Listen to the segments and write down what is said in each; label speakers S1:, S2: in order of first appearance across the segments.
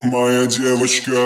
S1: Моя девочка.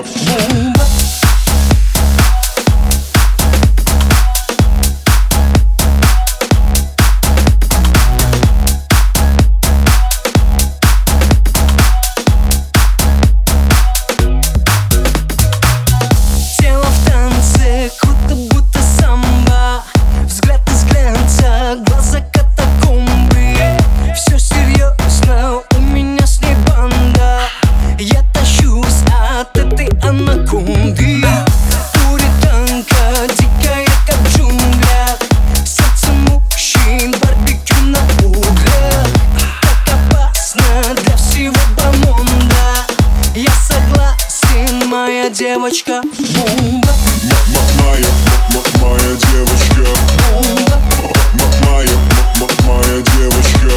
S2: Тело в танце, круто, будто самбо. Взгляд из глянца, глаза катакомбы. Все серьезно, у меня с ней банда. Я тащусь от этой анаконды. Пуританка, дикая, как в джунглях. Сердце мужчин, барбекю на углях. Так опасно для всего бомонда. Я согласен, моя девочка бомба.
S1: Моя девочка. Моя девочка.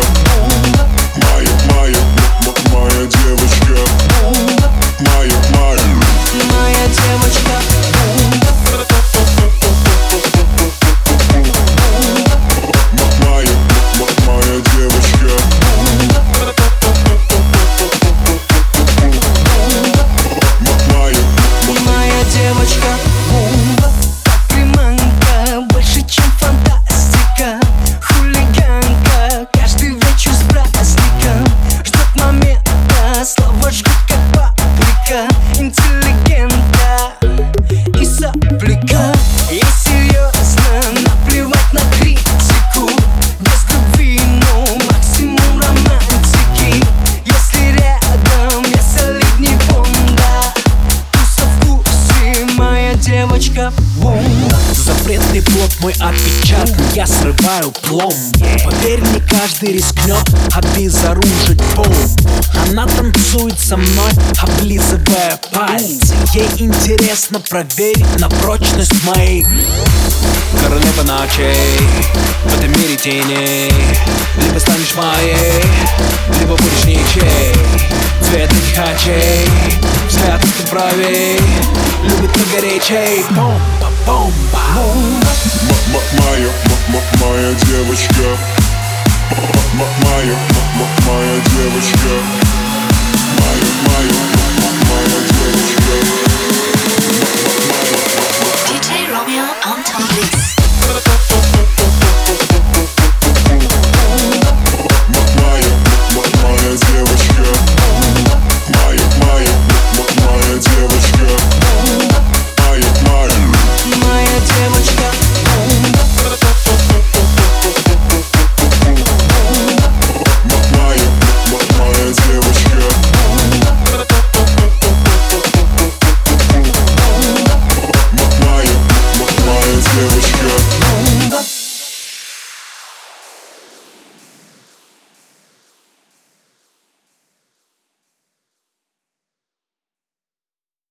S1: Моя девочка.
S2: Моя девочка
S1: Моя девочка.
S2: моя девочка бомба. Приманка больше, чем фантастика. Хулиганка, каждый вечер с праздником. Ждет момента, слова жгут, как паприка. Интеллигента и сопляка. И серьезно, наплевать на критику. Без любви, но максимум романтики. Если рядом, я солидней Бонда. Туса в вкусе, моя девочка бомба.
S3: Запретный плод мой опечатан, я срываю пломбу. Поверь, не каждый рискнет обезоружить пол. Она танцует со мной, облизывая пальцы. Ей интересно проверить на прочность моей королева ночей в этом мире теней. Либо станешь моей, либо будешь ничей. Цвет этих очей, взгляд от бровей, любит погорячей. Бомба, бомба.
S1: Моя девочка. Моя девочка.